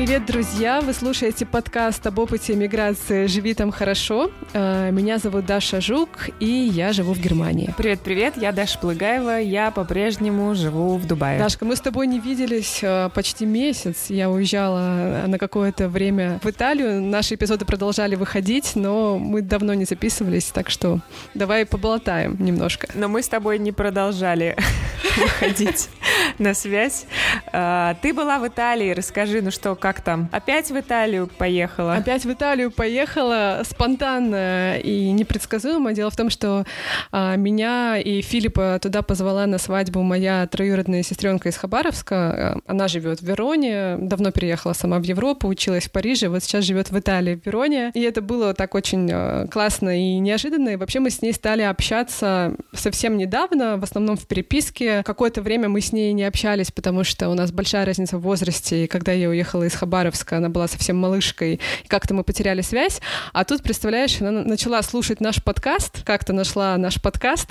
Привет, друзья! Вы слушаете подкаст об опыте миграции «Живи там хорошо». Меня зовут Даша Жук, и я живу в Германии. Привет-привет, я Даша Плыгаева, я по-прежнему живу в Дубае. Дашка, мы с тобой не виделись почти месяц. Я уезжала на какое-то время в Италию. Наши эпизоды продолжали выходить, но мы давно не записывались, так что давай поболтаем немножко. Но мы с тобой не продолжали выходить на связь. Ты была в Италии, расскажи, ну что, как там? Опять в Италию поехала? Опять в Италию поехала спонтанно и непредсказуемо. Дело в том, что меня и Филиппа туда позвала на свадьбу моя троюродная сестренка из Хабаровска. Она живет в Вероне, давно переехала сама в Европу, училась в Париже, вот сейчас живет в Италии, в Вероне. И это было так очень классно и неожиданно. И вообще мы с ней стали общаться совсем недавно, в основном в переписке. Какое-то время мы с ней не общались, потому что у нас большая разница в возрасте, и когда я уехала из Хабаровска, она была совсем малышкой, и как-то мы потеряли связь. А тут, представляешь, она начала слушать наш подкаст, как-то нашла наш подкаст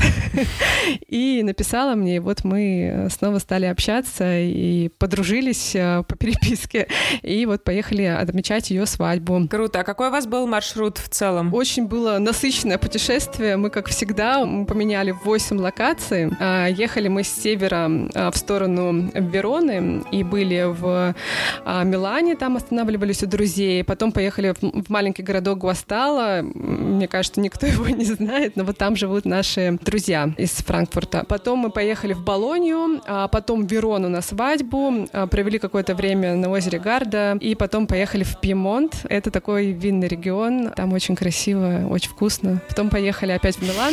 и написала мне, и вот мы снова стали общаться и подружились по переписке, и вот поехали отмечать ее свадьбу. Круто. А какой у вас был маршрут в целом? Очень было насыщенное путешествие. Мы, как всегда, поменяли 8 локаций. Ехали мы с севера в сторону Вероны и были в Милане, там останавливались у друзей. Потом поехали в маленький городок Гуастало. Мне кажется, никто его не знает, но вот там живут наши друзья из Франкфурта. Потом мы поехали в Болонью, а потом в Верону на свадьбу, провели какое-то время на озере Гарда, и потом поехали в Пьемонт. Это такой винный регион, там очень красиво, очень вкусно. Потом поехали опять в Милан.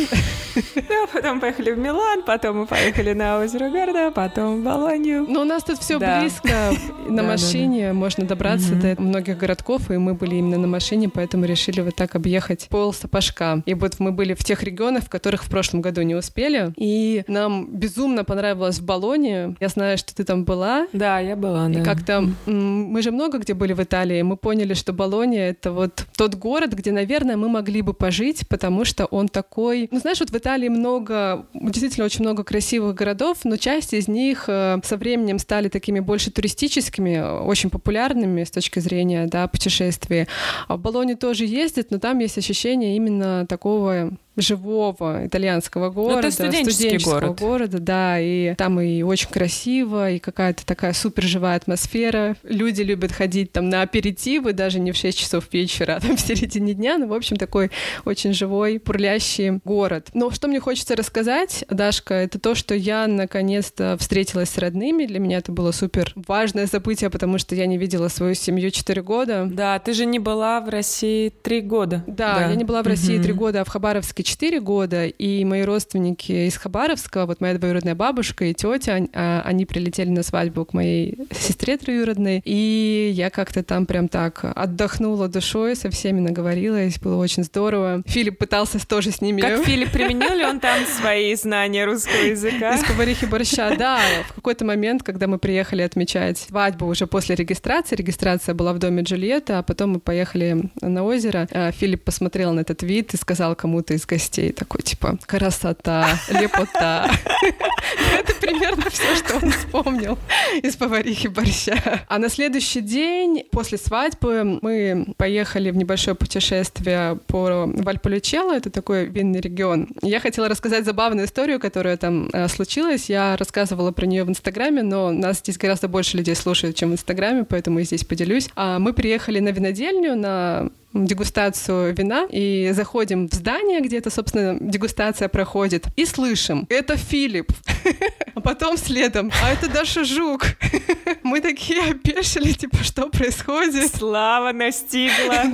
Да, потом поехали в Милан, потом мы поехали на озеро Гарда, потом в Болонью. Ну, у нас тут все близко. На машине можно добраться до многих городков, и мы были именно на машине, поэтому решили вот так объехать полсапожка. И вот мы были в тех регионах, в которых в прошлом году не успели, и нам безумно понравилось в Болонье. Я знаю, что ты там была. Да, я была, да. И как-то мы же много где были в Италии, мы поняли, что Болонья — это вот тот город, где, наверное, мы могли бы пожить, потому что он такой... Ну, знаешь, вот в Италии действительно очень много красивых городов, но часть из них со временем стали такими больше туристическими, очень популярными с точки зрения, да, путешествий. А в Болонью тоже ездят, но там есть ощущение именно такого живого итальянского города, студенческого города, да, и там и очень красиво, и какая-то такая супер живая атмосфера. Люди любят ходить там на аперитивы, даже не в 6 часов вечера, а там в середине дня, ну, в общем, такой очень живой, бурлящий город. Но что мне хочется рассказать, Дашка, это то, что я наконец-то встретилась с родными. Для меня это было супер важное событие, потому что я не видела свою семью 4 года. Да, ты же не была в России 3 года. Да, я не была в России 3 года, а в Хабаровске 4 года, и мои родственники из Хабаровска, вот моя двоюродная бабушка и тетя, они прилетели на свадьбу к моей сестре троюродной, и я как-то там прям так отдохнула душой, со всеми наговорилась, было очень здорово. Филипп пытался тоже с ними... Как Филипп, применил ли он там свои знания русского языка? Из поварихи борща, да. В какой-то момент, когда мы приехали отмечать свадьбу уже после регистрации, регистрация была в доме Джульетты, а потом мы поехали на озеро, Филипп посмотрел на этот вид и сказал кому-то из гостей такой, типа, красота, лепота. Это примерно все, что он вспомнил из поварихи борща. А на следующий день, после свадьбы, мы поехали в небольшое путешествие по Вальполичелло, это такой винный регион. Я хотела рассказать забавную историю, которая там случилась. Я рассказывала про нее в Инстаграме, но нас здесь гораздо больше людей слушают, чем в Инстаграме, поэтому я здесь поделюсь. Мы приехали на винодельню, на дегустацию вина, и заходим в здание, где это, собственно, дегустация проходит, и слышим: это Филипп. А потом следом: а это Даша Жук. Мы такие опешили, типа, что происходит? Слава настигла.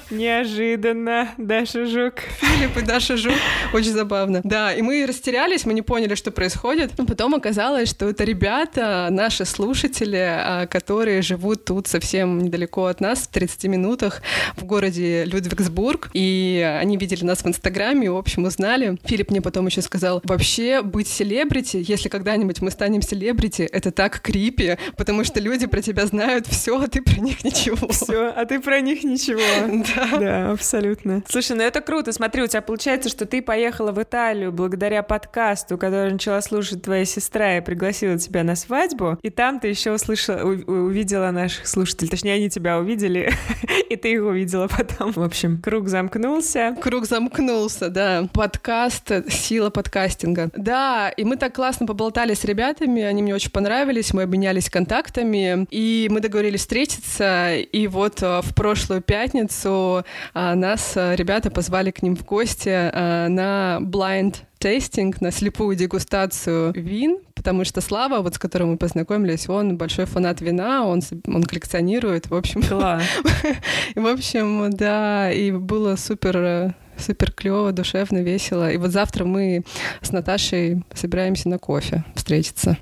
Неожиданно. Даша Жук. Филипп и Даша Жук. Очень забавно. Да, и мы растерялись, мы не поняли, что происходит. Но потом оказалось, что это ребята, наши слушатели, которые живут тут совсем недалеко от нас, в 30 минутах, в городе Людвигсбург, и они видели нас в Инстаграме и, в общем, узнали. Филипп мне потом еще сказал: вообще быть селебрити если когда-нибудь мы станем селебрити, это так крипи, потому что люди про тебя знают все, а ты про них ничего. Все, а ты про них ничего. Да, абсолютно. Слушай, ну это круто. Смотри, у тебя получается, что ты поехала в Италию благодаря подкасту, который начала слушать твоя сестра и пригласила тебя на свадьбу, и там ты еще увидела наших слушателей. Точнее, они тебя увидели, и ты их увидела потом. В общем, круг замкнулся. Круг замкнулся, да. Подкаст — сила подкастинга. Да, и мы так классно поболтали с ребятами, они мне очень понравились, мы обменялись контактами, и мы договорились встретиться, и вот в прошлую пятницу нас ребята позвали к ним в гости на blind тестинг, на слепую дегустацию вин, потому что Слава, вот с которым мы познакомились, он большой фанат вина, он коллекционирует, в общем. Класс. В общем, да, и было супер клево, душевно, весело. И вот завтра мы с Наташей собираемся на кофе встретиться.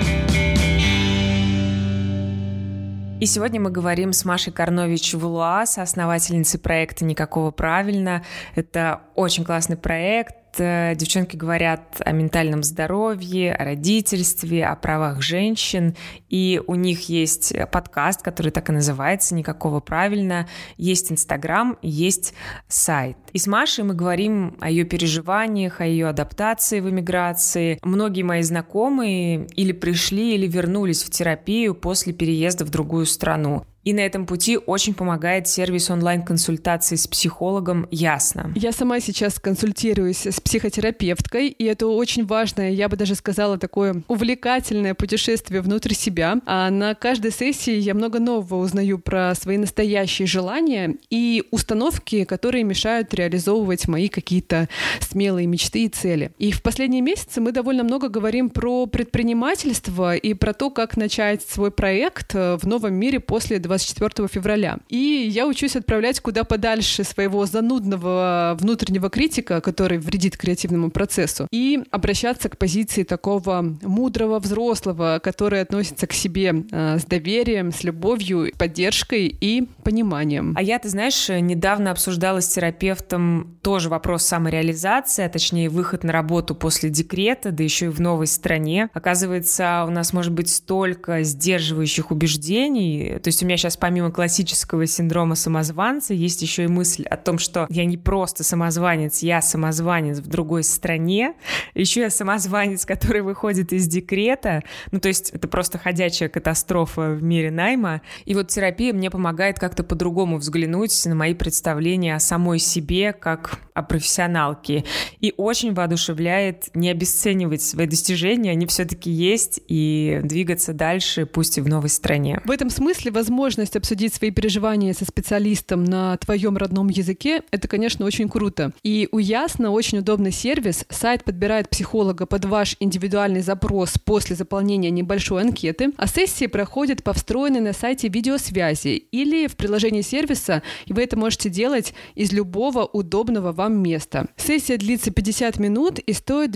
И сегодня мы говорим с Машей Карнович-Валуа, соосновательницей проекта «Никакого правильно». Это очень классный проект. Девчонки говорят о ментальном здоровье, о родительстве, о правах женщин. И у них есть подкаст, который так и называется «Никакого правильно». Есть Инстаграм, есть сайт. И с Машей мы говорим о ее переживаниях, о ее адаптации в эмиграции. Многие мои знакомые или пришли, или вернулись в терапию после переезда в другую страну. И на этом пути очень помогает сервис онлайн-консультаций с психологом «Ясно». Я сама сейчас консультируюсь с психотерапевткой, и это очень важное, я бы даже сказала, такое увлекательное путешествие внутрь себя. А на каждой сессии я много нового узнаю про свои настоящие желания и установки, которые мешают реализовывать мои какие-то смелые мечты и цели. И в последние месяцы мы довольно много говорим про предпринимательство и про то, как начать свой проект в новом мире после 24 февраля. И я учусь отправлять куда подальше своего занудного внутреннего критика, который вредит креативному процессу, и обращаться к позиции такого мудрого взрослого, который относится к себе с доверием, с любовью, поддержкой и пониманием. А я, ты знаешь, недавно обсуждала с терапевтом тоже вопрос самореализации, а точнее выход на работу после декрета, да еще и в новой стране. Оказывается, у нас может быть столько сдерживающих убеждений. То есть у меня сейчас помимо классического синдрома самозванца есть еще и мысль о том, что я не просто самозванец, я самозванец в другой стране, еще я самозванец, который выходит из декрета, ну то есть это просто ходячая катастрофа в мире найма. И вот терапия мне помогает как-то по-другому взглянуть на мои представления о самой себе, как о профессионалке. И очень воодушевляет не обесценивать свои достижения, они все-таки есть, и двигаться дальше, пусть и в новой стране. В этом смысле возможность обсудить свои переживания со специалистом на твоем родном языке — это, конечно, очень круто. И у Ясно очень удобный сервис. Сайт подбирает психолога под ваш индивидуальный запрос после заполнения небольшой анкеты, а сессии проходят по встроенной на сайте видеосвязи или в приложении сервиса, и вы это можете делать из любого удобного вам места. Сессия длится 50 минут и стоит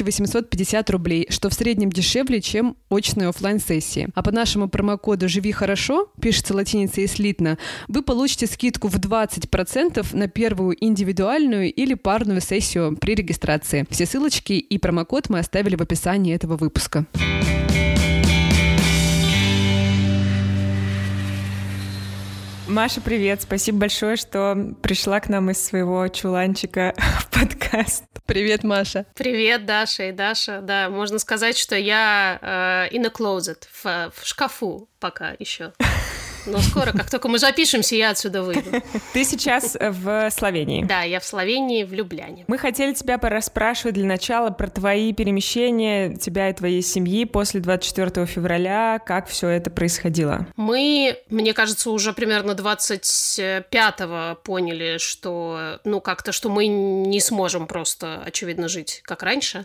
2850 рублей, что в среднем дешевле, чем очные офлайн-сессии. А по нашему промокоду «Живи хорошо», пишется латиницей и слитно, вы получите скидку в 20% на первую индивидуальную или парную сессию при регистрации. Все ссылочки и промокод мы оставили в описании этого выпуска. Маша, привет! Спасибо большое, что пришла к нам из своего чуланчика в подкаст. Привет, Маша. Привет, Даша и Даша. Да, можно сказать, что я in a closet, в шкафу пока еще. Но скоро, как только мы запишемся, я отсюда выйду. Ты сейчас в Словении. Да, я в Словении, в Любляне. Мы хотели тебя порасспрашивать для начала про твои перемещения, тебя и твоей семьи после 24 февраля, как все это происходило. Мы, мне кажется, уже примерно 25-го поняли, что, как-то, что мы не сможем просто, очевидно, жить как раньше.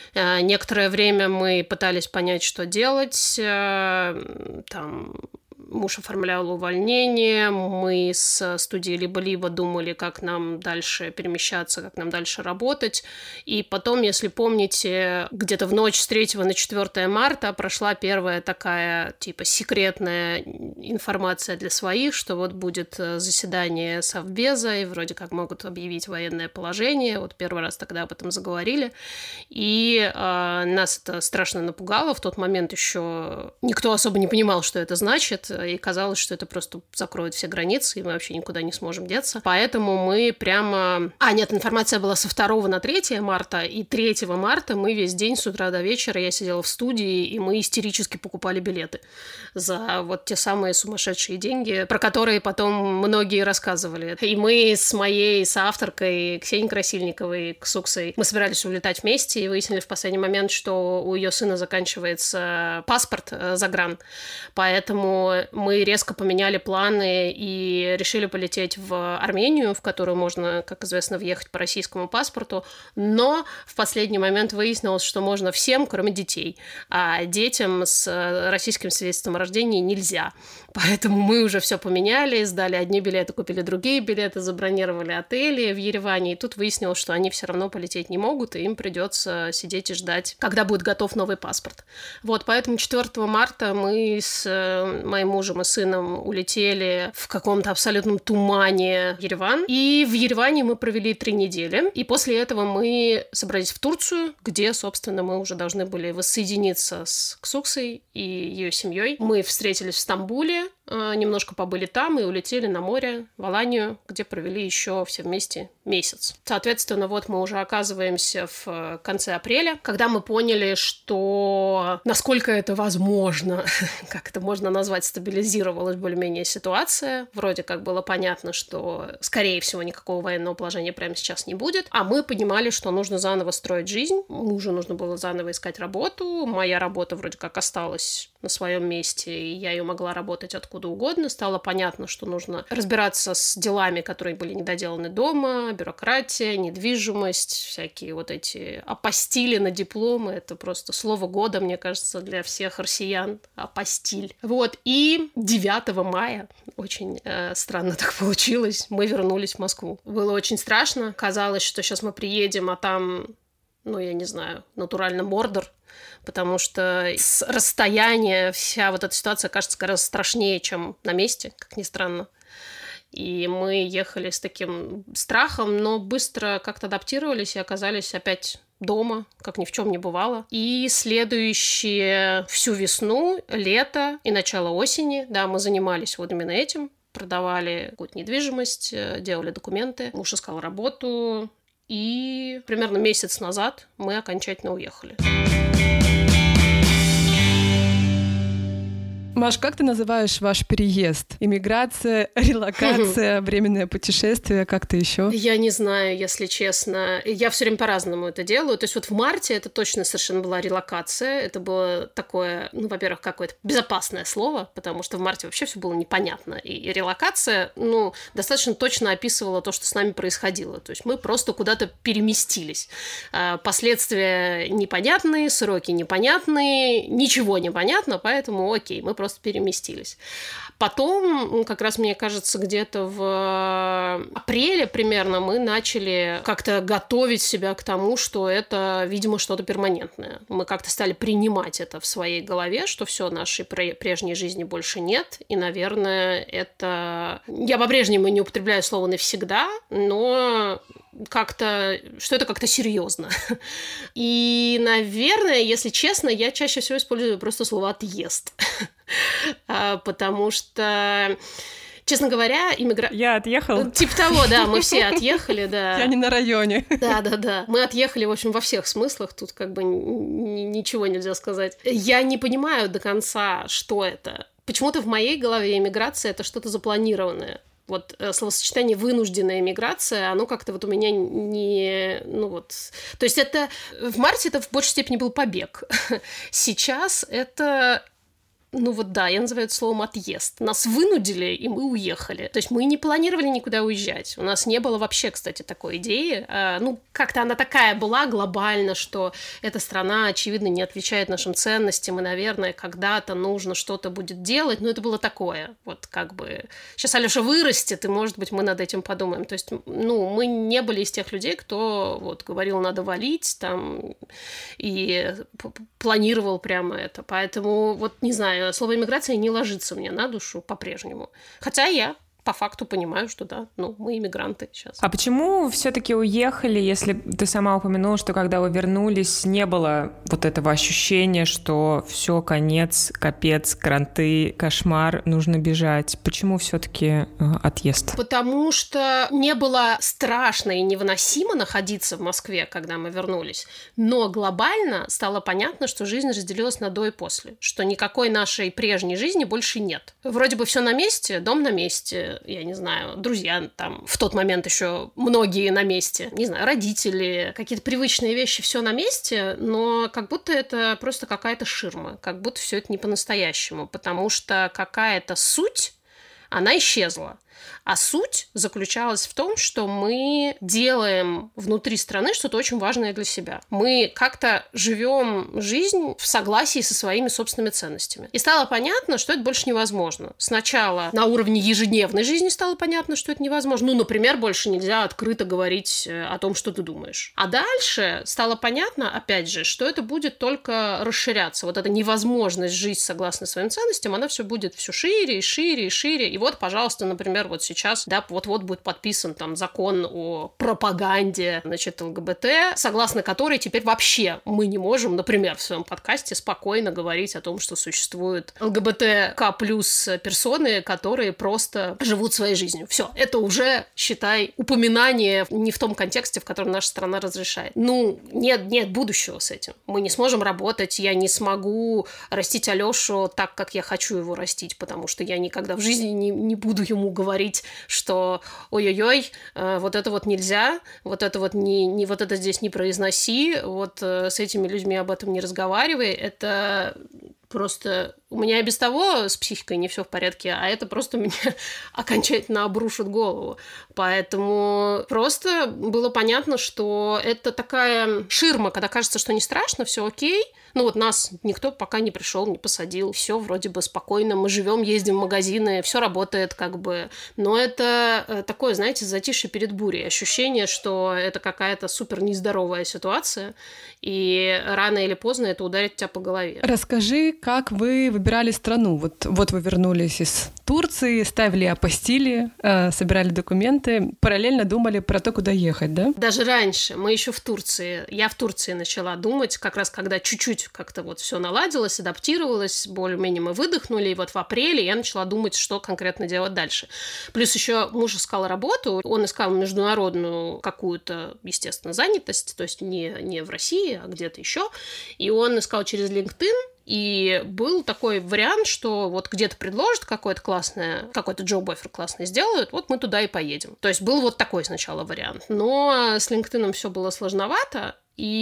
Некоторое время мы пытались понять, что делать, муж оформлял увольнение, мы с студией «Либо-либо» думали, как нам дальше перемещаться, как нам дальше работать. И потом, если помните, где-то в ночь с 3 на 4 марта прошла первая такая, типа, секретная информация для своих, что вот будет заседание Совбеза, и вроде как могут объявить военное положение. Вот первый раз тогда об этом заговорили. И нас это страшно напугало. В тот момент еще никто особо не понимал, что это значит, и казалось, что это просто закроет все границы, и мы вообще никуда не сможем деться. Поэтому мы прямо... нет, информация была со 2 на 3 марта, и 3 марта мы весь день с утра до вечера, я сидела в студии, и мы истерически покупали билеты за вот те самые сумасшедшие деньги, про которые потом многие рассказывали. И мы с моей соавторкой Ксенией Красильниковой, Ксуксой, мы собирались улетать вместе, и выяснили в последний момент, что у ее сына заканчивается паспорт загран. Поэтому мы резко поменяли планы и решили полететь в Армению, в которую можно, как известно, въехать по российскому паспорту. Но в последний момент выяснилось, что можно всем, кроме детей. А детям с российским свидетельством о рождении нельзя. Поэтому мы уже все поменяли, сдали одни билеты, купили другие билеты, забронировали отели в Ереване. И тут выяснилось, что они все равно полететь не могут, и им придется сидеть и ждать, когда будет готов новый паспорт. Вот, поэтому 4 марта мы с моим мужем и сыном улетели в каком-то абсолютном тумане в Ереван. И в Ереване мы провели 3 недели. И после этого мы собрались в Турцию, где, собственно, мы уже должны были воссоединиться с Ксуксой и ее семьей. Мы встретились в Стамбуле, немножко побыли там и улетели на море в Аланию, где провели еще все вместе месяц. Соответственно, вот мы уже оказываемся в конце апреля, когда мы поняли, что насколько это возможно, как это можно назвать, стабилизировалась более-менее ситуация. Вроде как было понятно, что, скорее всего, никакого военного положения прямо сейчас не будет. А мы понимали, что нужно заново строить жизнь. Мужу нужно было заново искать работу. Моя работа вроде как осталась на своем месте, и я ее могла работать откуда угодно. Стало понятно, что нужно разбираться с делами, которые были недоделаны дома, бюрократия, недвижимость, всякие вот эти апостили на дипломы. Это просто слово года, мне кажется, для всех россиян. Апостиль. Вот. И 9 мая, очень странно так получилось, мы вернулись в Москву. Было очень страшно. Казалось, что сейчас мы приедем, а там, я не знаю, натурально Мордор. Потому что с расстояния вся вот эта ситуация кажется гораздо страшнее, чем на месте, как ни странно. И мы ехали с таким страхом, но быстро как-то адаптировались и оказались опять дома, как ни в чем не бывало. И следующие всю весну, лето и начало осени, да, мы занимались вот именно этим. Продавали какую-то недвижимость, делали документы. Муж искал работу. И примерно месяц назад мы окончательно уехали. Маш, как ты называешь ваш переезд? Иммиграция, релокация, временное путешествие, как-то еще? Я не знаю, если честно. Я все время по-разному это делаю. То есть вот в марте это точно совершенно была релокация. Это было такое, во-первых, какое-то безопасное слово, потому что в марте вообще все было непонятно. И релокация, достаточно точно описывала то, что с нами происходило. То есть мы просто куда-то переместились. Последствия непонятные, сроки непонятные, ничего непонятно, поэтому окей, мы просто переместились. Потом, как раз, мне кажется, где-то в апреле примерно мы начали как-то готовить себя к тому, что это, видимо, что-то перманентное. Мы как-то стали принимать это в своей голове, что все, нашей прежней жизни больше нет. И, наверное, это... Я по-прежнему не употребляю слово «навсегда», но как-то, что это как-то серьезно. И, наверное, если честно, я чаще всего использую просто слово «отъезд». Потому что, честно говоря, Я отъехала. Типа того, да, мы все отъехали, да. Я не на районе. Да. Мы отъехали, в общем, во всех смыслах. Тут как бы ничего нельзя сказать. Я не понимаю до конца, что это. Почему-то в моей голове иммиграция — это что-то запланированное. Вот словосочетание «вынужденная миграция», оно как-то вот у меня не... То есть это... В марте это в большей степени был побег. Сейчас это я называю это словом отъезд. Нас вынудили, и мы уехали. То есть мы не планировали никуда уезжать. У нас не было вообще, кстати, такой идеи. Как-то она такая была глобально, что эта страна, очевидно, не отвечает нашим ценностям, и, наверное, когда-то нужно что-то будет делать. Но это было такое. Вот как бы... Сейчас Алёша вырастет, и, может быть, мы над этим подумаем. То есть, мы не были из тех людей, кто вот говорил, надо валить, там, и планировал прямо это. Поэтому, вот, не знаю, слово «иммиграция» не ложится мне на душу по-прежнему. Хотя я по факту понимаю, что да, мы иммигранты сейчас. А почему все-таки уехали, если ты сама упомянула, что когда вы вернулись, не было вот этого ощущения, что все, конец, капец, кранты, кошмар, нужно бежать? Почему все-таки отъезд? Потому что не было страшно и невыносимо находиться в Москве, когда мы вернулись, но глобально стало понятно, что жизнь разделилась на до и после, что никакой нашей прежней жизни больше нет. Вроде бы все на месте, дом на месте, я не знаю, друзья там в тот момент еще многие на месте, не знаю, родители, какие-то привычные вещи, все на месте, но как будто это просто какая-то ширма, как будто все это не по-настоящему, потому что какая-то суть, она исчезла. А суть заключалась в том, что мы делаем внутри страны что-то очень важное для себя. Мы как-то живем жизнь в согласии со своими собственными ценностями. И стало понятно, что это больше невозможно. Сначала на уровне ежедневной жизни стало понятно, что это невозможно. Например, больше нельзя открыто говорить о том, что ты думаешь. А дальше стало понятно, опять же, что это будет только расширяться. Вот эта невозможность жить согласно своим ценностям, она все будет все шире и шире и шире. И вот, пожалуйста, например, вот сейчас, да, вот-вот будет подписан там закон о пропаганде, значит, ЛГБТ, согласно которой теперь вообще мы не можем, например, в своем подкасте спокойно говорить о том, что существуют ЛГБТК плюс персоны, которые просто живут своей жизнью. Все, это уже, считай, упоминание не в том контексте, в котором наша страна разрешает. Нет будущего с этим. Мы не сможем работать, я не смогу растить Алёшу так, как я хочу его растить, потому что я никогда в жизни не буду ему говорить, что ой-ой-ой, вот это вот нельзя, вот это вот не вот это здесь не произноси, вот с этими людьми об этом не разговаривай, это просто... У меня и без того с психикой не все в порядке, а это просто меня окончательно обрушит голову. Поэтому просто было понятно, что это такая ширма, когда кажется, что не страшно, все окей. Нас никто пока не пришел, не посадил, все вроде бы спокойно, мы живем, ездим в магазины, все работает как бы. Но это такое, знаете, затишье перед бурей. Ощущение, что это какая-то супер нездоровая ситуация, и рано или поздно это ударит тебя по голове. Расскажи, как вы выбирали страну? Вот вы вернулись из Турции, ставили апостили, собирали документы, параллельно думали про то, куда ехать, да? Даже раньше, мы еще в Турции. Я в Турции начала думать, как раз когда чуть-чуть как-то вот все наладилось, адаптировалось, более-менее мы выдохнули, и вот в апреле я начала думать, что конкретно делать дальше. Плюс еще муж искал работу, он искал международную какую-то, естественно, занятость, то есть не в России, а где-то еще, и он искал через LinkedIn. И был такой вариант, что вот где-то предложат какой-то джоб-оффер классный сделают, вот мы туда и поедем. То есть был вот такой сначала вариант. Но с LinkedIn все было сложновато,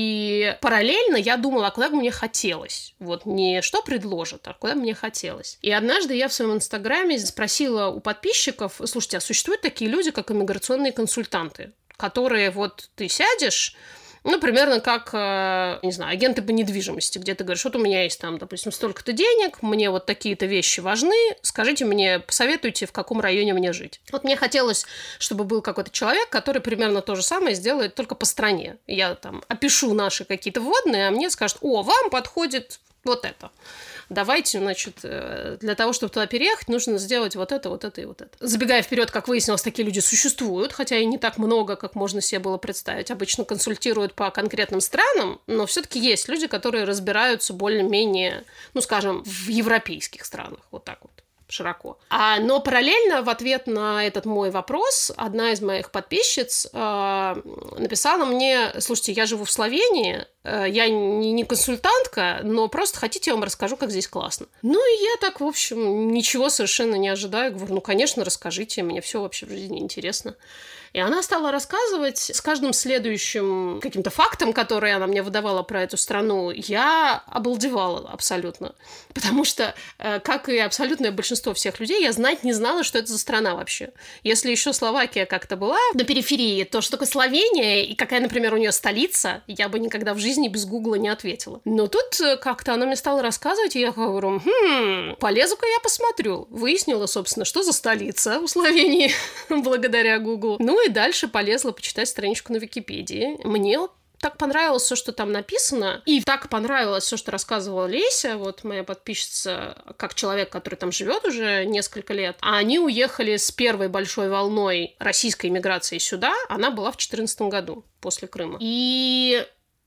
и параллельно я думала, а куда бы мне хотелось. Вот не что предложат, а куда бы мне хотелось. И однажды я в своем инстаграме спросила у подписчиков, слушайте, а существуют такие люди, как иммиграционные консультанты, которые вот ты сядешь, примерно как, не знаю, агенты по недвижимости, где ты говоришь, вот у меня есть там, допустим, столько-то денег, мне вот такие-то вещи важны, скажите мне, посоветуйте, в каком районе мне жить. Вот мне хотелось, чтобы был какой-то человек, который примерно то же самое сделает только по стране. Я там опишу наши какие-то вводные, а мне скажут, вам подходит вот это. Давайте, значит, для того, чтобы туда переехать, нужно сделать вот это, вот это и вот это. Забегая вперед, как выяснилось, такие люди существуют, хотя и не так много, как можно себе было представить. Обычно консультируют по конкретным странам, но все-таки есть люди, которые разбираются более-менее, скажем, в европейских странах, вот так вот. Широко. Но параллельно в ответ на этот мой вопрос одна из моих подписчиц написала мне, слушайте, я живу в Словении, я не консультантка, но просто хотите, я вам расскажу, как здесь классно. Ну и я так, в общем, ничего совершенно не ожидаю. Говорю, ну, конечно, расскажите, мне все вообще в жизни интересно. И она стала рассказывать с каждым следующим каким-то фактом, который она мне выдавала про эту страну, я обалдевала абсолютно. Потому что, как и абсолютное большинство всех людей, я знать не знала, что это за страна вообще. Если еще Словакия как-то была на периферии, то что такое Словения и какая, например, у нее столица, я бы никогда в жизни без Гугла не ответила. Но тут как-то она мне стала рассказывать, и я говорю, полезу-ка я посмотрю. Выяснила, собственно, что за столица у Словении благодаря Гуглу. Ну и дальше полезла почитать страничку на Википедии. Мне так понравилось все, что там написано, и так понравилось все, что рассказывала Леся, вот моя подписчица, как человек, который там живет уже несколько лет. А они уехали с первой большой волной российской иммиграции сюда, она была в 2014 году, после Крыма. И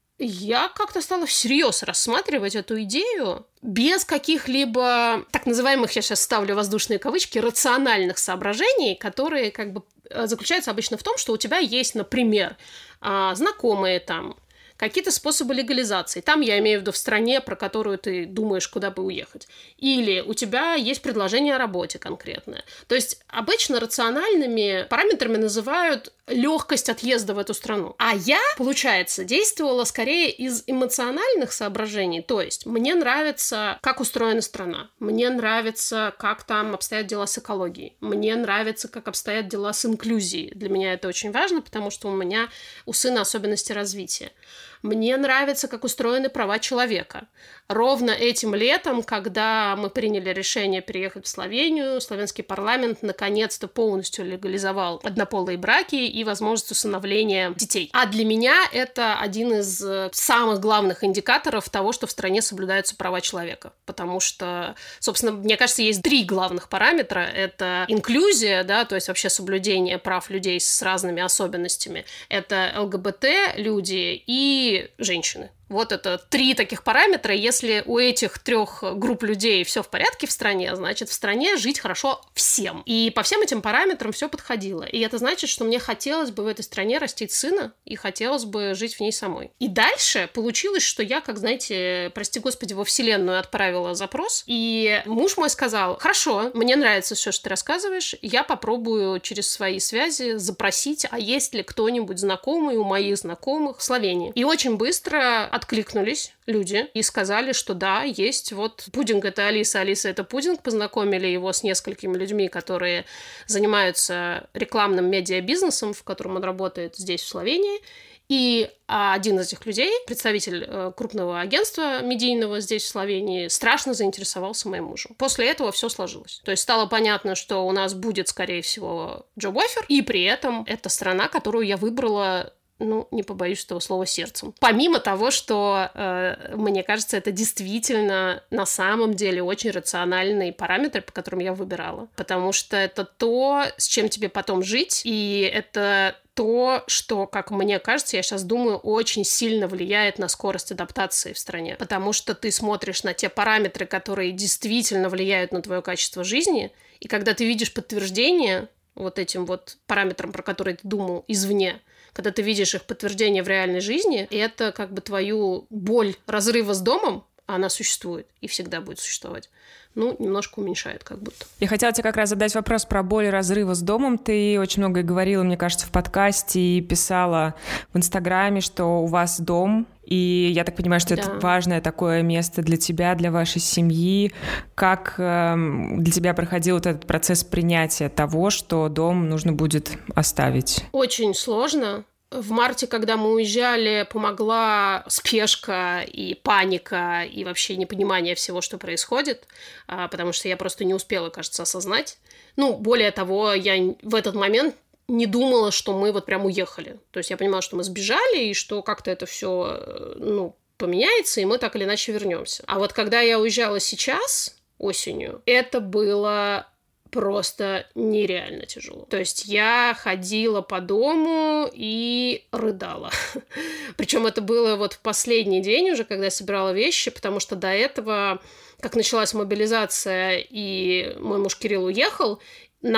я как-то стала всерьез рассматривать эту идею без каких-либо, так называемых, я сейчас ставлю воздушные кавычки, рациональных соображений, которые как бы заключаются обычно в том, что у тебя есть, например, знакомые там, какие-то способы легализации. Там я имею в виду в стране, про которую ты думаешь, куда бы уехать. Или у тебя есть предложение о работе конкретное. То есть обычно рациональными параметрами называют легкость отъезда в эту страну. А я, получается, действовала скорее из эмоциональных соображений. То есть мне нравится, как устроена страна. Мне нравится, как там обстоят дела с экологией. Мне нравится, как обстоят дела с инклюзией. Для меня это очень важно, потому что у сына особенности развития. Мне нравится, как устроены права человека. Ровно этим летом, когда мы приняли решение переехать в Словению, словенский парламент наконец-то полностью легализовал однополые браки и возможность усыновления детей. А для меня это один из самых главных индикаторов того, что в стране соблюдаются права человека. Потому что, собственно, мне кажется, есть 3 главных параметра. Это инклюзия, да, то есть вообще соблюдение прав людей с разными особенностями. Это ЛГБТ-люди и женщины. Вот это 3 таких параметра. Если у этих 3 групп людей все в порядке в стране, значит, в стране жить хорошо всем. И по всем этим параметрам все подходило. И это значит, что мне хотелось бы в этой стране растить сына, и хотелось бы жить в ней самой. И дальше получилось, что я, как, знаете, прости господи, во вселенную отправила запрос, и муж мой сказал, хорошо, мне нравится все, что ты рассказываешь, я попробую через свои связи запросить, а есть ли кто-нибудь знакомый у моих знакомых в Словении. И очень быстро откликнулись люди и сказали, что да, есть вот Пудинг — это Алиса, Алиса — это Пудинг. Познакомили его с несколькими людьми, которые занимаются рекламным медиабизнесом, в котором он работает здесь, в Словении. И один из этих людей, представитель крупного агентства медийного здесь, в Словении, страшно заинтересовался моим мужем. После этого все сложилось. То есть стало понятно, что у нас будет, скорее всего, джоб-оффер, и при этом это страна, которую я выбрала, ну, не побоюсь этого слова, сердцем. Помимо того, что, мне кажется, это действительно на самом деле очень рациональные параметры, по которым я выбирала. Потому что это то, с чем тебе потом жить, и это то, что, как мне кажется, я сейчас думаю, очень сильно влияет на скорость адаптации в стране. Потому что ты смотришь на те параметры, которые действительно влияют на твое качество жизни, и когда ты видишь подтверждение вот этим вот параметрам, про которые ты думал извне, когда ты видишь их подтверждение в реальной жизни, и это как бы твою боль разрыва с домом, она существует и всегда будет существовать, ну, немножко уменьшает как будто. Я хотела тебе как раз задать вопрос про боль разрыва с домом. Ты очень многое говорила, мне кажется, в подкасте и писала в Инстаграме, что у вас дом, и я так понимаю, что это важное такое место для тебя, для вашей семьи. Как для тебя проходил вот этот процесс принятия того, что дом нужно будет оставить? Очень сложно. В марте, когда мы уезжали, помогла спешка и паника, и вообще непонимание всего, что происходит, потому что я просто не успела, кажется, осознать. Ну, более того, я в этот момент не думала, что мы вот прям уехали. То есть я понимала, что мы сбежали, и что как-то это все, ну, поменяется, и мы так или иначе вернемся. А вот когда я уезжала сейчас, осенью, это было просто нереально тяжело. То есть я ходила по дому и рыдала. Причем это было вот в последний день уже, когда я собирала вещи, потому что до этого, как началась мобилизация, и мой муж Кирилл уехал, на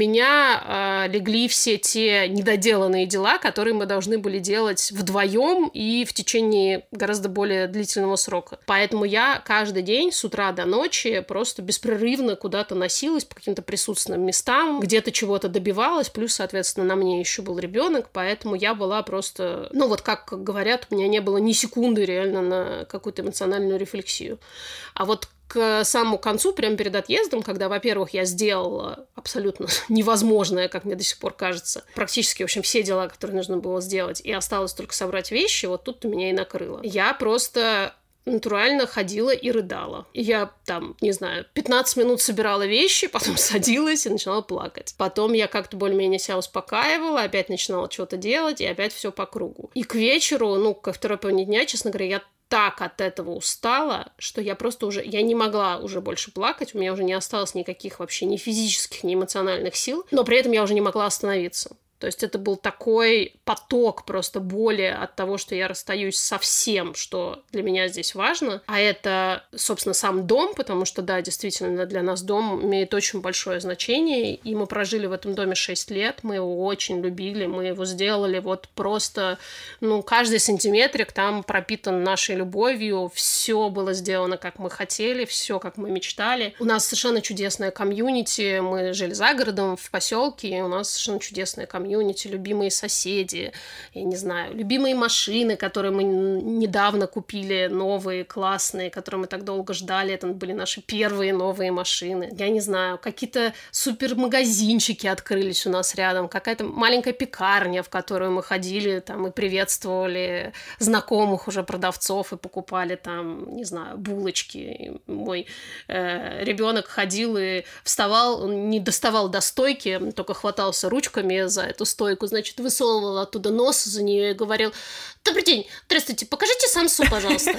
меня легли все те недоделанные дела, которые мы должны были делать вдвоем и в течение гораздо более длительного срока. Поэтому я каждый день с утра до ночи просто беспрерывно куда-то носилась по каким-то присутственным местам, где-то чего-то добивалась, плюс, соответственно, на мне еще был ребенок, поэтому я была просто... Ну вот как говорят, у меня не было ни секунды реально на какую-то эмоциональную рефлексию. А вот к самому концу, прямо перед отъездом, когда, во-первых, я сделала абсолютно невозможное, как мне до сих пор кажется, практически, в общем, все дела, которые нужно было сделать, и осталось только собрать вещи, вот тут-то меня и накрыло. Я просто натурально ходила и рыдала. Я там, не знаю, 15 минут собирала вещи, потом садилась и начинала плакать. Потом я как-то более-менее себя успокаивала, опять начинала что-то делать, и опять все по кругу. И к вечеру, ко второй половине дня, честно говоря, я так от этого устала, что я просто уже... Я не могла уже больше плакать, у меня уже не осталось никаких вообще ни физических, ни эмоциональных сил, но при этом я уже не могла остановиться. То есть это был такой поток просто боли от того, что я расстаюсь со всем, что для меня здесь важно. А это, собственно, сам дом, потому что, да, действительно, для нас дом имеет очень большое значение. И мы прожили в этом доме 6 лет, мы его очень любили, мы его сделали вот просто... каждый сантиметрик там пропитан нашей любовью, все было сделано, как мы хотели, все, как мы мечтали. У нас совершенно чудесное комьюнити, мы жили за городом, в поселке, и у нас совершенно чудесное комьюнити, любимые соседи, я не знаю, любимые машины, которые мы недавно купили, новые, классные, которые мы так долго ждали, это были наши первые новые машины. Я не знаю, какие-то супермагазинчики открылись у нас рядом, какая-то маленькая пекарня, в которую мы ходили там и приветствовали знакомых уже продавцов и покупали там, не знаю, булочки. И мой ребенок ходил и вставал, он не доставал до стойки, только хватался ручками за эту стойку, значит, высовывал оттуда нос за нее и говорил: «Добрый день, здравствуйте, покажите самсу, пожалуйста».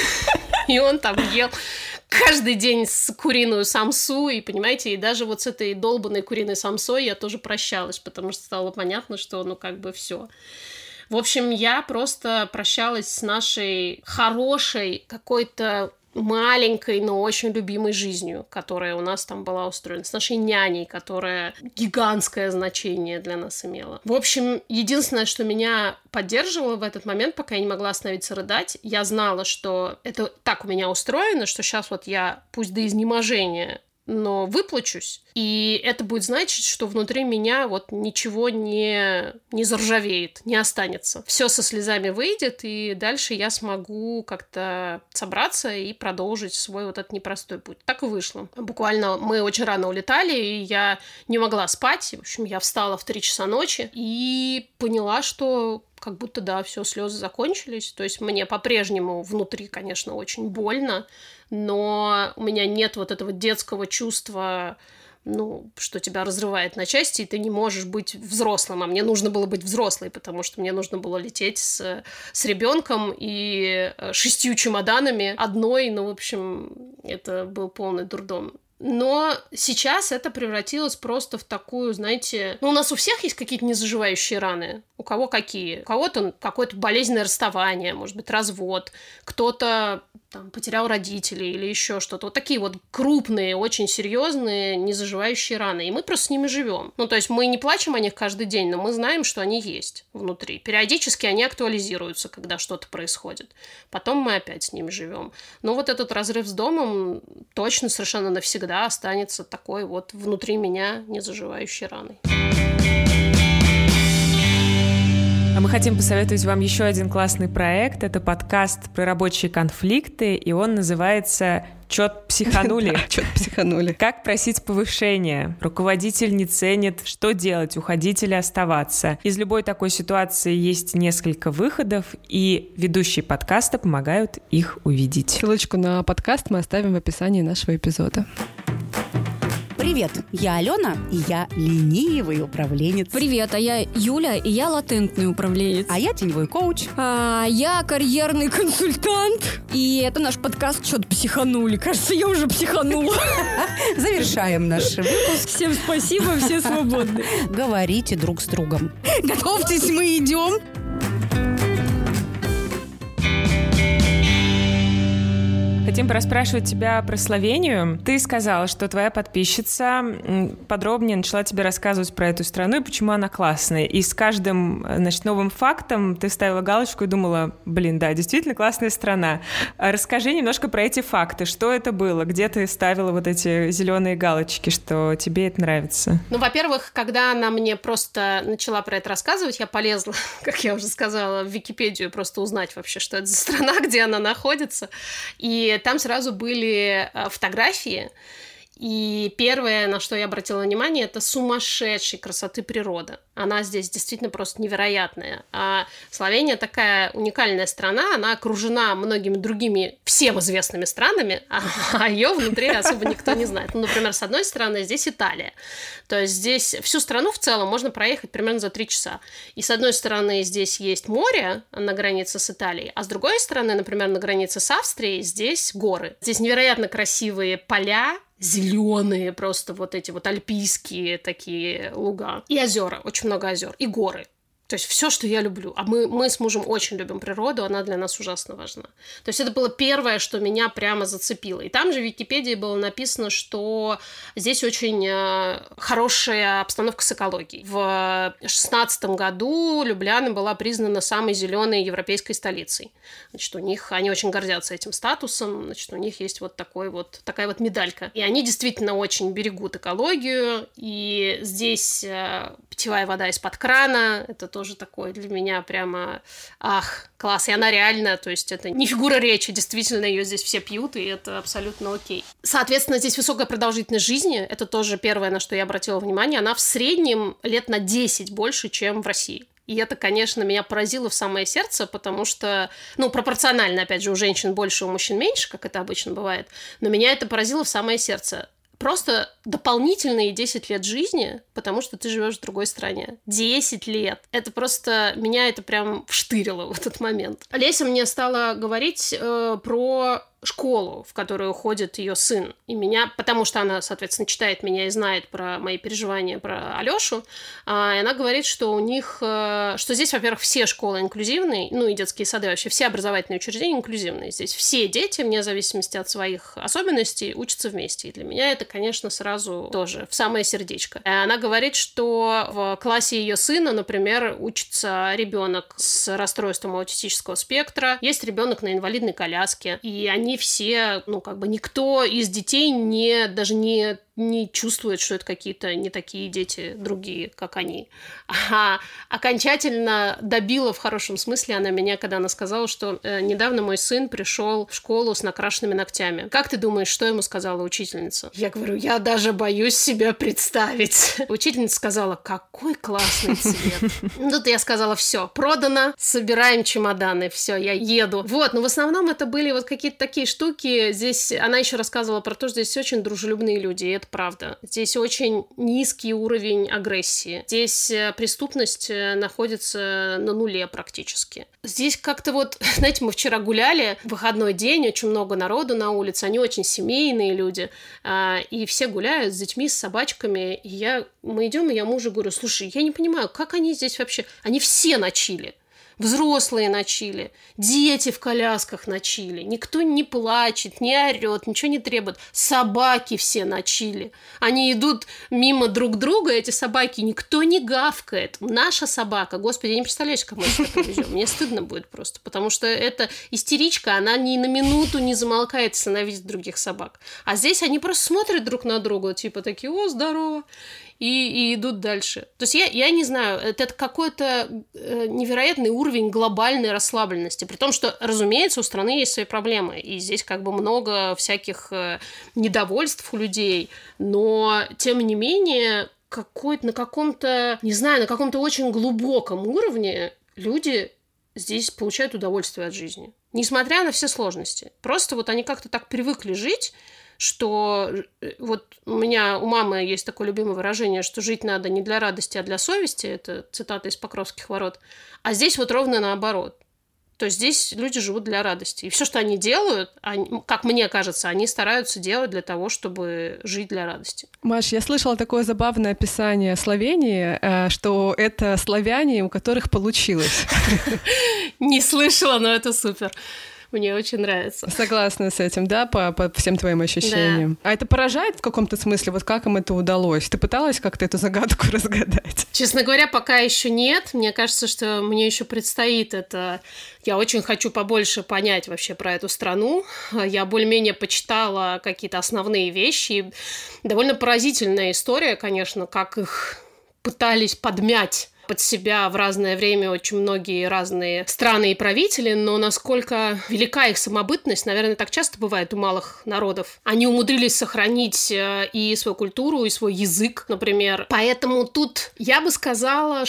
И он там ел каждый день куриную самсу, и, понимаете, и даже вот с этой долбанной куриной самсой я тоже прощалась, потому что стало понятно, что, все. В общем, я просто прощалась с нашей хорошей какой-то маленькой, но очень любимой жизнью, которая у нас там была устроена, с нашей няней, которая гигантское значение для нас имела. В общем, единственное, что меня поддерживало в этот момент, пока я не могла остановиться рыдать, я знала, что это так у меня устроено, что сейчас вот я, пусть до изнеможения, но выплачусь, и это будет значить, что внутри меня вот ничего не заржавеет, не останется. Все со слезами выйдет, и дальше я смогу как-то собраться и продолжить свой вот этот непростой путь. Так и вышло. Буквально мы очень рано улетали, и я не могла спать. В общем, я встала в 3 часа ночи и поняла, что как будто, да, все, слезы закончились. То есть мне по-прежнему внутри, конечно, очень больно, но у меня нет вот этого детского чувства, что тебя разрывает на части, и ты не можешь быть взрослым. А мне нужно было быть взрослой, потому что мне нужно было лететь с ребенком и 6 чемоданами одной. В общем, это был полный дурдом. Но сейчас это превратилось просто в такую, знаете... у нас у всех есть какие-то незаживающие раны. У кого какие? У кого-то какое-то болезненное расставание, может быть, развод. Кто-то там потерял родителей или еще что-то. Вот такие вот крупные, очень серьезные незаживающие раны. И мы просто с ними живем. То есть мы не плачем о них каждый день, но мы знаем, что они есть внутри. Периодически они актуализируются, когда что-то происходит. Потом мы опять с ними живем. Но вот этот разрыв с домом точно совершенно навсегда останется такой вот внутри меня незаживающей раной. А мы хотим посоветовать вам еще один классный проект. Это подкаст про рабочие конфликты, и он называется «Чёт психанули». Чёт психанули. Как просить повышения? Руководитель не ценит. Что делать? Уходить или оставаться? Из любой такой ситуации есть несколько выходов, и ведущие подкаста помогают их увидеть. Ссылочку на подкаст мы оставим в описании нашего эпизода. Привет, я Алена, и я ленивый управленец. Привет, а я Юля, и я латентный управленец. А я теневой коуч. А я карьерный консультант. И это наш подкаст «Чё-то психанули». Кажется, я уже психанула. Завершаем наш выпуск. Всем спасибо, все свободны. Говорите друг с другом. Готовьтесь, мы идем. Хотим расспрашивать тебя про Словению. Ты сказала, что твоя подписчица подробнее начала тебе рассказывать про эту страну и почему она классная. И с каждым, значит, новым фактом ты ставила галочку и думала, да, действительно классная страна. Расскажи немножко про эти факты. Что это было? Где ты ставила вот эти зеленые галочки, что тебе это нравится? Во-первых, когда она мне просто начала про это рассказывать, я полезла, как я уже сказала, в Википедию просто узнать вообще, что это за страна, где она находится. И там сразу были фотографии, и первое, на что я обратила внимание, это сумасшедшей красоты природа. Она здесь действительно просто невероятная. А Словения такая уникальная страна, она окружена многими другими всем известными странами, а ее внутри особо никто не знает. Ну, например, с одной стороны, здесь Италия. То есть здесь всю страну в целом можно проехать примерно за 3 часа. И с одной стороны, здесь есть море на границе с Италией, а с другой стороны, например, на границе с Австрией, здесь горы. Здесь невероятно красивые поля, зеленые просто вот эти вот альпийские такие луга. И озера, очень много озер, и горы. То есть все, что я люблю. А мы с мужем очень любим природу, она для нас ужасно важна. То есть это было первое, что меня прямо зацепило. И там же в Википедии было написано, что здесь очень хорошая обстановка с экологией. В 2016 году Любляна была признана самой зеленой европейской столицей. Значит, они очень гордятся этим статусом, значит, у них есть такая вот медалька. И они действительно очень берегут экологию, и здесь питьевая вода из-под крана, это тоже такое для меня прямо, класс, и она реально, то есть это не фигура речи, действительно ее здесь все пьют, и это абсолютно окей. Соответственно, здесь высокая продолжительность жизни, это тоже первое, на что я обратила внимание, она в среднем лет на 10 больше, чем в России. И это, конечно, меня поразило в самое сердце, потому что, пропорционально, опять же, у женщин больше, у мужчин меньше, как это обычно бывает, но меня это поразило в самое сердце. Просто дополнительные 10 лет жизни, потому что ты живешь в другой стране. 10 лет. Это просто... Меня это прям вштырило в этот момент. Леся мне стала говорить про школу, в которую ходит ее сын. И меня, потому что она, соответственно, читает меня и знает про мои переживания про Алёшу, и она говорит, что у них, что здесь, во-первых, все школы инклюзивные, и детские сады, вообще все образовательные учреждения инклюзивные. Здесь все дети, вне зависимости от своих особенностей, учатся вместе. И для меня это, конечно, сразу тоже в самое сердечко. Она говорит, что в классе ее сына, например, учится ребенок с расстройством аутистического спектра, есть ребенок на инвалидной коляске, и они все, никто из детей даже не чувствует, что это какие-то не такие дети, другие, как они. Окончательно добила в хорошем смысле она меня, когда она сказала, что недавно мой сын пришел в школу с накрашенными ногтями. Как ты думаешь, что ему сказала учительница? Я говорю, я даже боюсь себе представить. Учительница сказала, какой классный цвет. Тут я сказала, все, продано, собираем чемоданы, все, я еду. Но в основном это были какие-то такие штуки. Здесь она еще рассказывала про то, что здесь очень дружелюбные люди, и это правда. Здесь очень низкий уровень агрессии. Здесь преступность находится на нуле практически. Здесь как-то знаете, мы вчера гуляли, выходной день, очень много народу на улице, они очень семейные люди, и все гуляют с детьми, с собачками, и мы идем, и я мужу говорю, слушай, я не понимаю, как они здесь вообще, они все на чиле. Взрослые на чиле, дети в колясках на чиле, никто не плачет, не орет, ничего не требует. Собаки все на чиле. Они идут мимо друг друга, эти собаки, никто не гавкает. Наша собака, господи, я не представляю, как мы это повезем. Мне стыдно будет просто, потому что эта истеричка, она ни на минуту не замолкает, если она видит других собак. А здесь они просто смотрят друг на друга, типа такие, о, здорово. И идут дальше. То есть я не знаю, это какой-то невероятный уровень глобальной расслабленности. При том, что, разумеется, у страны есть свои проблемы. И здесь много всяких недовольств у людей. Но, тем не менее, на каком-то очень глубоком уровне люди здесь получают удовольствие от жизни. Несмотря на все сложности. Просто они как-то так привыкли жить, что у мамы есть такое любимое выражение, что жить надо не для радости, а для совести. Это цитата из «Покровских ворот». А здесь ровно наоборот. То есть здесь люди живут для радости. И все, что они делают, как мне кажется, они стараются делать для того, чтобы жить для радости. Маш, я слышала такое забавное описание Словении, что это славяне, у которых получилось. Не слышала, но это супер. Мне очень нравится. Согласна с этим, да, по всем твоим ощущениям. Да. А это поражает в каком-то смысле? Вот как им это удалось? Ты пыталась как-то эту загадку разгадать? Честно говоря, пока еще нет. Мне кажется, что мне еще предстоит это. Я очень хочу побольше понять вообще про эту страну. Я более-менее почитала какие-то основные вещи. Довольно поразительная история, конечно, как их пытались подмять под себя в разное время очень многие разные страны и правители, но насколько велика их самобытность, наверное, так часто бывает у малых народов. Они умудрились сохранить и свою культуру, и свой язык, например. Поэтому тут я бы сказала,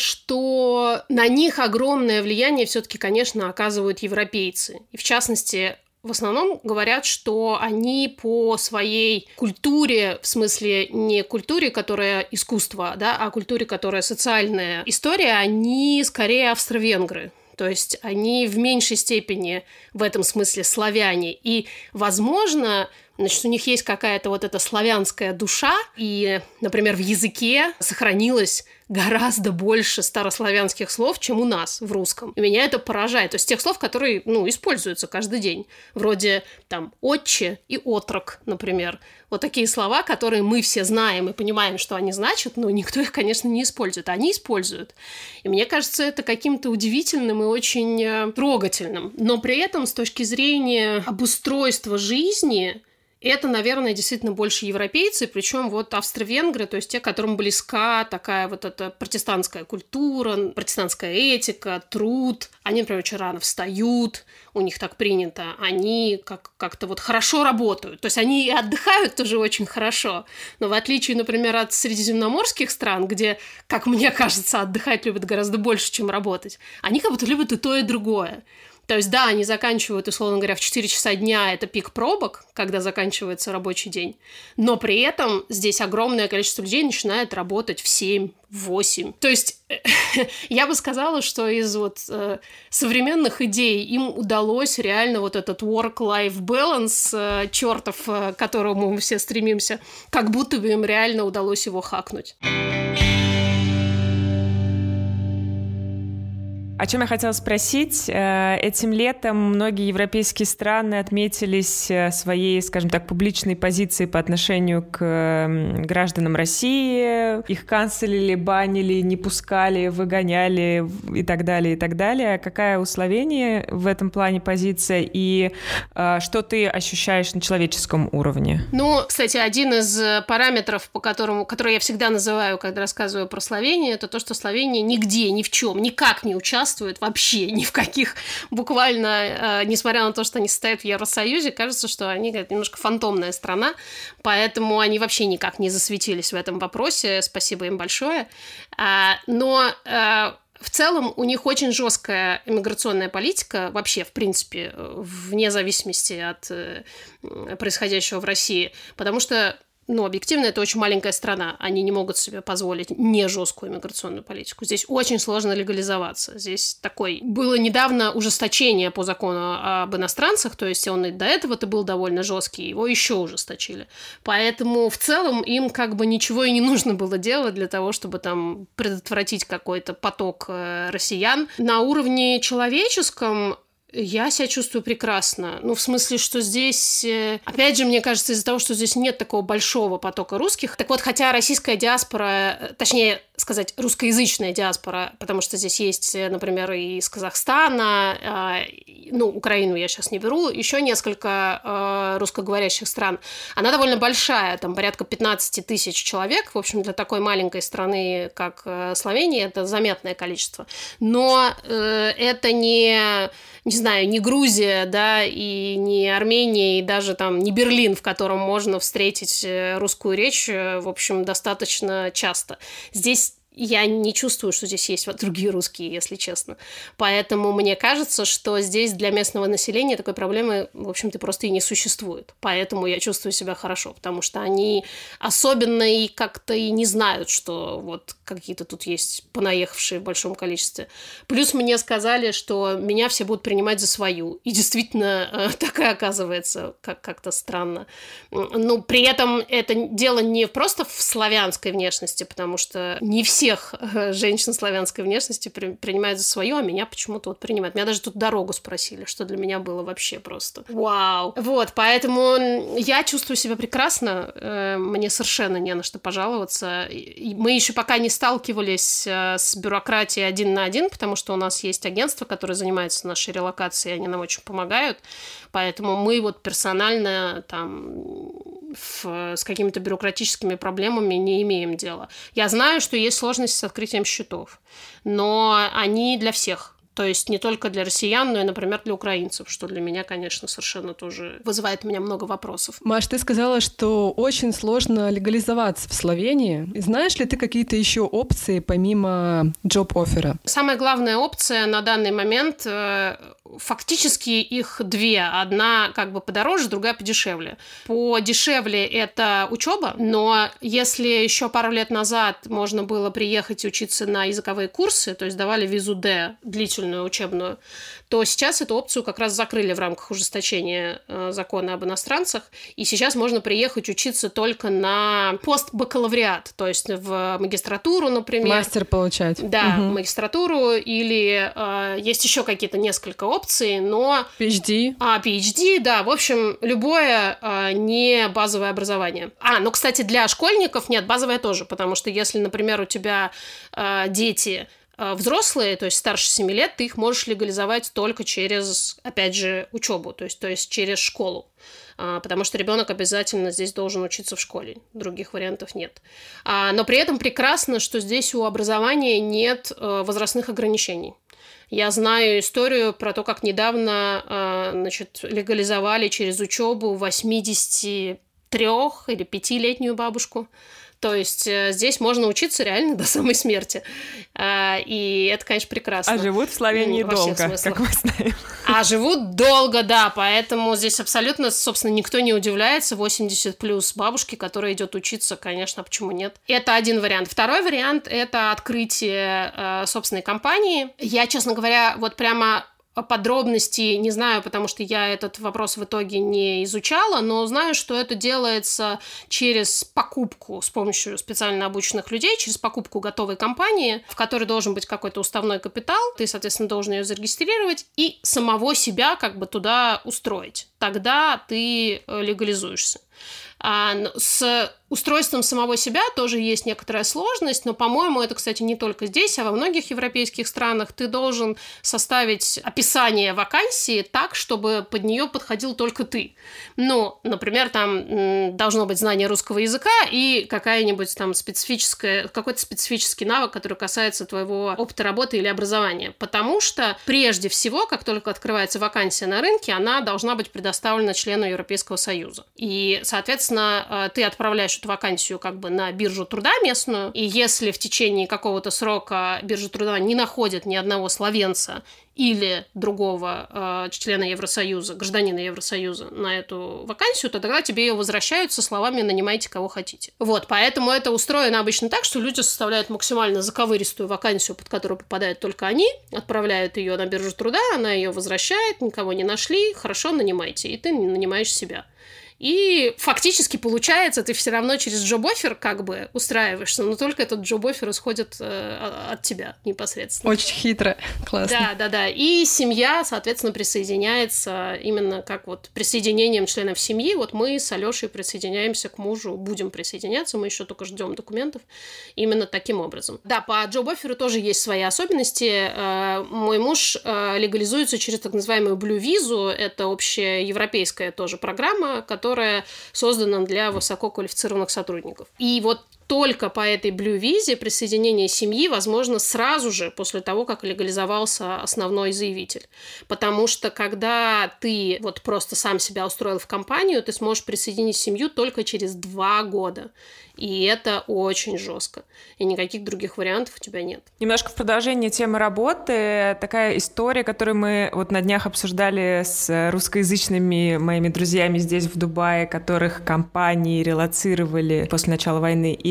что на них огромное влияние все-таки, конечно, оказывают европейцы. И в частности, в основном говорят, что они по своей культуре, в смысле не культуре, которая искусство, да, а культуре, которая социальная история, они скорее австро-венгры. То есть они в меньшей степени в этом смысле славяне. И, возможно, значит, у них есть какая-то вот эта славянская душа, и, например, в языке сохранилось гораздо больше старославянских слов, чем у нас в русском. И меня это поражает. То есть тех слов, которые, используются каждый день. Вроде там «отче» и «отрок», например. Вот такие слова, которые мы все знаем и понимаем, что они значат, но никто их, конечно, не использует. Они используют. И мне кажется, это каким-то удивительным и очень трогательным. Но при этом, с точки зрения обустройства жизни, это, наверное, действительно больше европейцы, причем вот австро-венгры, то есть те, которым близка такая вот эта протестантская культура, протестантская этика, труд. Они, например, очень рано встают, у них так принято, они как-то вот хорошо работают. То есть они и отдыхают тоже очень хорошо. Но в отличие, например, от средиземноморских стран, где, как мне кажется, отдыхать любят гораздо больше, чем работать, они как будто любят и то, и другое. То есть, да, они заканчивают, условно говоря, в 4 часа дня, это пик пробок, когда заканчивается рабочий день, но при этом здесь огромное количество людей начинает работать в 7, в 8. То есть, я бы сказала, что из современных идей им удалось реально вот этот work-life balance, чертов, к которому мы все стремимся, как будто бы им реально удалось его хакнуть. О чем я хотела спросить? Этим летом многие европейские страны отметились своей, скажем так, публичной позицией по отношению к гражданам России. Их канцелили, банили, не пускали, выгоняли и так далее, и так далее. Какая у Словении в этом плане позиция и что ты ощущаешь на человеческом уровне? Кстати, один из параметров, который я всегда называю, когда рассказываю про Словению, это то, что Словения нигде, ни в чем, никак не участвует вообще ни в каких, буквально, несмотря на то, что они состоят в Евросоюзе, кажется, что они немножко фантомная страна, поэтому они вообще никак не засветились в этом вопросе, спасибо им большое. Но в целом у них очень жесткая иммиграционная политика, вообще, в принципе, вне зависимости от происходящего в России, потому что объективно, это очень маленькая страна. Они не могут себе позволить не жесткую иммиграционную политику. Здесь очень сложно легализоваться. Здесь было недавно ужесточение по закону об иностранцах, то есть он и до этого-то был довольно жесткий, его еще ужесточили. Поэтому в целом им ничего и не нужно было делать для того, чтобы там предотвратить какой-то поток россиян. На уровне человеческом я себя чувствую прекрасно. В смысле, что здесь... Опять же, мне кажется, из-за того, что здесь нет такого большого потока русских. Так вот, хотя российская диаспора, точнее сказать, русскоязычная диаспора, потому что здесь есть, например, и из Казахстана, Украину я сейчас не беру, еще несколько русскоговорящих стран, она довольно большая, там порядка 15 тысяч человек. В общем, для такой маленькой страны, как Словения, это заметное количество. Но это не Грузия, да, и не Армения, и даже там не Берлин, в котором можно встретить русскую речь, в общем, достаточно часто. Здесь я не чувствую, что здесь есть другие русские, если честно. Поэтому мне кажется, что здесь для местного населения такой проблемы, в общем-то, просто и не существует. Поэтому я чувствую себя хорошо, потому что они особенно и как-то и не знают, что вот какие-то тут есть понаехавшие в большом количестве. Плюс мне сказали, что меня все будут принимать за свою. И действительно, такая оказывается как-то странно. Но при этом это дело не просто в славянской внешности, потому что не все всех женщин славянской внешности принимают за свое, а меня почему-то вот принимают. Меня даже тут дорогу спросили, что для меня было вообще просто вау. Вот, поэтому я чувствую себя прекрасно, мне совершенно не на что пожаловаться. Мы еще пока не сталкивались с бюрократией 1 на 1, потому что у нас есть агентство, которое занимается нашей релокацией, они нам очень помогают, поэтому мы вот персонально там с какими-то бюрократическими проблемами не имеем дела. Я знаю, что есть сложности с открытием счетов, но они для всех. То есть не только для россиян, но и, например, для украинцев, что для меня, конечно, совершенно тоже вызывает у меня много вопросов. Маш, ты сказала, что очень сложно легализоваться в Словении. Знаешь ли ты какие-то еще опции помимо job-оффера? Самая главная опция на данный момент, фактически их две. Одна как бы подороже, другая подешевле. Подешевле это учеба, но если еще пару лет назад можно было приехать и учиться на языковые курсы, то есть давали визу D, длительную учебную, то сейчас эту опцию как раз закрыли в рамках ужесточения закона об иностранцах, и сейчас можно приехать учиться только на постбакалавриат, то есть в магистратуру, например. Мастер получать. Да, магистратуру, или есть еще какие-то несколько опций, но... PhD. PhD, да, в общем, любое не базовое образование. Ну, кстати, для школьников нет, базовое тоже, потому что если, например, у тебя дети... взрослые, то есть старше 7 лет, ты их можешь легализовать только через, опять же, учебу, то есть через школу, потому что ребенок обязательно здесь должен учиться в школе, других вариантов нет. Но при этом прекрасно, что здесь у образования нет возрастных ограничений. Я знаю историю про то, как недавно, легализовали через учебу 83 или 5-летнюю бабушку. То есть здесь можно учиться реально до самой смерти. И это, конечно, прекрасно. А живут в Словении долго, как мы знаем. А живут долго, да, поэтому здесь абсолютно, собственно, никто не удивляется. 80+ бабушки, которая идет учиться, конечно, почему нет? Это один вариант. Второй вариант – это открытие собственной компании. Я, честно говоря, вот прямо... подробностей не знаю, потому что я этот вопрос в итоге не изучала, но знаю, что это делается через покупку с помощью специально обученных людей, через покупку готовой компании, в которой должен быть какой-то уставной капитал, ты, соответственно, должен ее зарегистрировать и самого себя как бы туда устроить. Тогда ты легализуешься. С устройством самого себя тоже есть некоторая сложность, но, по-моему, это, кстати, не только здесь, а во многих европейских странах ты должен составить описание вакансии так, чтобы под нее подходил только ты. Ну, например, там должно быть знание русского языка и какая-нибудь там какой-то специфический навык, который касается твоего опыта работы или образования. Потому что, прежде всего, как только открывается вакансия на рынке, она должна быть предоставлена члену Европейского Союза. И, соответственно, ты отправляешь эту вакансию как бы на биржу труда местную, и если в течение какого-то срока биржа труда не находит ни одного словенца или другого члена Евросоюза, гражданина Евросоюза на эту вакансию, то тогда тебе ее возвращают со словами «нанимайте кого хотите». Вот, поэтому это устроено обычно так, что люди составляют максимально заковыристую вакансию, под которую попадают только они, отправляют ее на биржу труда, она ее возвращает, никого не нашли, хорошо, нанимайте, и ты нанимаешь себя. И фактически получается, ты все равно через job-offer как бы устраиваешься, но только этот job-offer исходит от тебя непосредственно. Очень хитро, классно. Да. И семья, соответственно, присоединяется именно как вот присоединением членов семьи. Вот мы с Алёшей присоединяемся к мужу, будем присоединяться, мы еще только ждем документов. Именно таким образом. Да, по job-offer тоже есть свои особенности. Мой муж легализуется через так называемую Blue Visa. Это общеевропейская тоже программа, которая создана для высококвалифицированных сотрудников. И вот только по этой Blue Visa присоединение семьи возможно сразу же после того, как легализовался основной заявитель. Потому что когда ты вот просто сам себя устроил в компанию, ты сможешь присоединить семью только через 2 года. И это очень жестко. И никаких других вариантов у тебя нет. Немножко в продолжение темы работы. Такая история, которую мы вот на днях обсуждали с русскоязычными моими друзьями здесь, в Дубае, которых компании релоцировали после начала войны или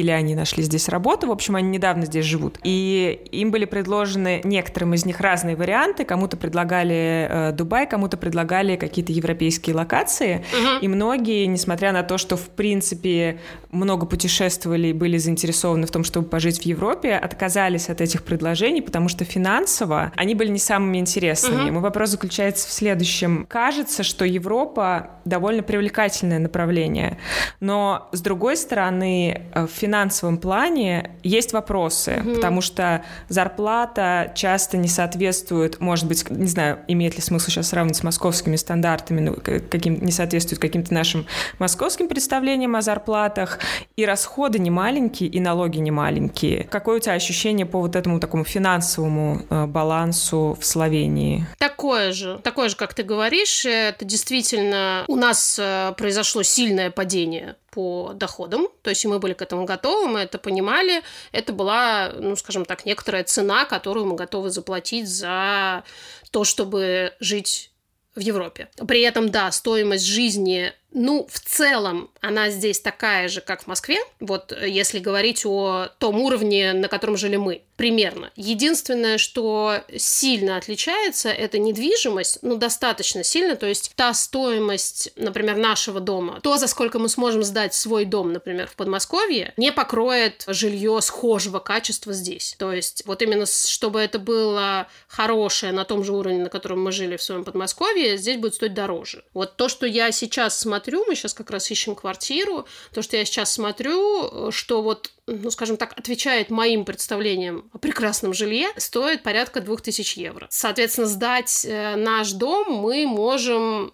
или они нашли здесь работу. В общем, они недавно здесь живут. И им были предложены, некоторым из них, разные варианты. Кому-то предлагали Дубай, кому-то предлагали какие-то европейские локации. И многие, несмотря на то, что, в принципе, много путешествовали и были заинтересованы в том, чтобы пожить в Европе, отказались от этих предложений, потому что финансово они были не самыми интересными. Мой вопрос заключается в следующем. Кажется, что Европа довольно привлекательное направление, но, с другой стороны, в финансовом плане есть вопросы, потому что зарплата часто не соответствует, может быть, не знаю, имеет ли смысл сейчас сравнивать с московскими стандартами, но не соответствует каким-то нашим московским представлениям о зарплатах, и расходы немаленькие, и налоги немаленькие. Какое у тебя ощущение по вот этому такому финансовому балансу в Словении? Такое же, как ты говоришь, это действительно у нас произошло сильное падение по доходам, то есть мы были к этому готовы, мы это понимали, это была, ну, скажем так, некоторая цена, которую мы готовы заплатить за то, чтобы жить в Европе. При этом, да, стоимость жизни, ну, в целом, она здесь такая же, как в Москве, вот если говорить о том уровне, на котором жили мы, примерно. Единственное, что сильно отличается, это недвижимость, ну, достаточно сильно, то есть та стоимость, например, нашего дома, то, за сколько мы сможем сдать свой дом, например, в Подмосковье, не покроет жилье схожего качества здесь. То есть вот именно, чтобы это было хорошее на том же уровне, на котором мы жили в своем Подмосковье, здесь будет стоить дороже. Вот то, что я сейчас смотрю, мы сейчас как раз ищем квартиру, то, что я сейчас смотрю, что вот, ну, скажем так, отвечает моим представлениям о прекрасном жилье, стоит порядка 2000 евро. Соответственно, сдать наш дом мы можем,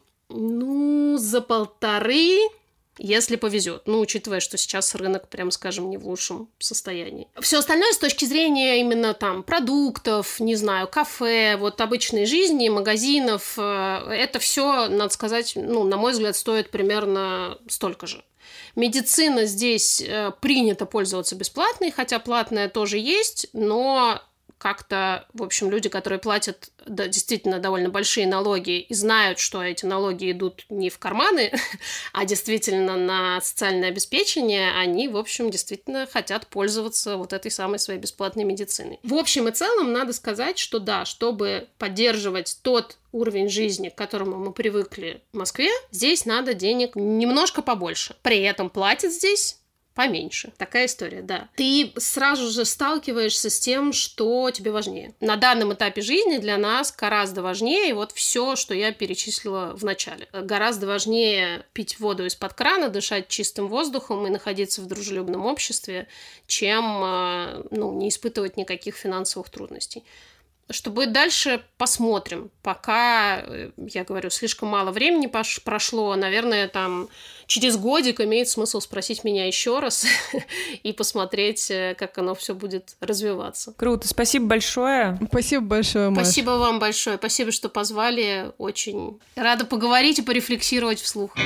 ну, за 1500, если повезет. Ну, учитывая, что сейчас рынок, прямо скажем, не в лучшем состоянии. Все остальное с точки зрения именно там продуктов, не знаю, кафе, вот обычной жизни, магазинов, это все, надо сказать, ну, на мой взгляд, стоит примерно столько же. Медицина здесь принято пользоваться бесплатной, хотя платная тоже есть, но как-то, в общем, люди, которые платят действительно довольно большие налоги и знают, что эти налоги идут не в карманы, а действительно на социальное обеспечение, они, в общем, действительно хотят пользоваться вот этой самой своей бесплатной медициной. В общем и целом, надо сказать, что да, чтобы поддерживать тот уровень жизни, к которому мы привыкли в Москве, здесь надо денег немножко побольше. При этом платят здесь поменьше. Такая история, да. Ты сразу же сталкиваешься с тем, что тебе важнее. На данном этапе жизни для нас гораздо важнее вот все, что я перечислила в начале. Гораздо важнее пить воду из-под крана, дышать чистым воздухом и находиться в дружелюбном обществе, чем не испытывать никаких финансовых трудностей. Что будет дальше, посмотрим. Пока, я говорю, слишком мало времени прошло. Наверное, там через годик имеет смысл спросить меня еще раз и посмотреть, как оно все будет развиваться. Круто, спасибо большое. Спасибо большое, Маш. Спасибо вам большое. Спасибо, что позвали. Очень рада поговорить и порефлексировать вслух.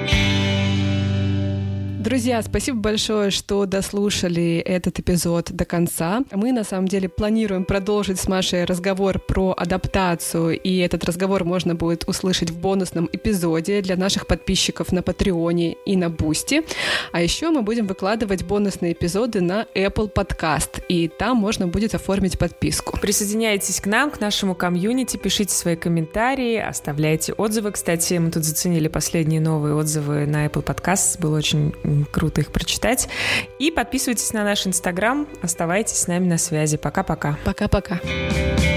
Друзья, спасибо большое, что дослушали этот эпизод до конца. Мы, на самом деле, планируем продолжить с Машей разговор про адаптацию, и этот разговор можно будет услышать в бонусном эпизоде для наших подписчиков на Патреоне и на Бусти. А еще мы будем выкладывать бонусные эпизоды на Apple Podcast, и там можно будет оформить подписку. Присоединяйтесь к нам, к нашему комьюнити, пишите свои комментарии, оставляйте отзывы. Кстати, мы тут заценили последние новые отзывы на Apple Podcast, было очень круто их прочитать. И подписывайтесь на наш Инстаграм, оставайтесь с нами на связи. Пока-пока. Пока-пока.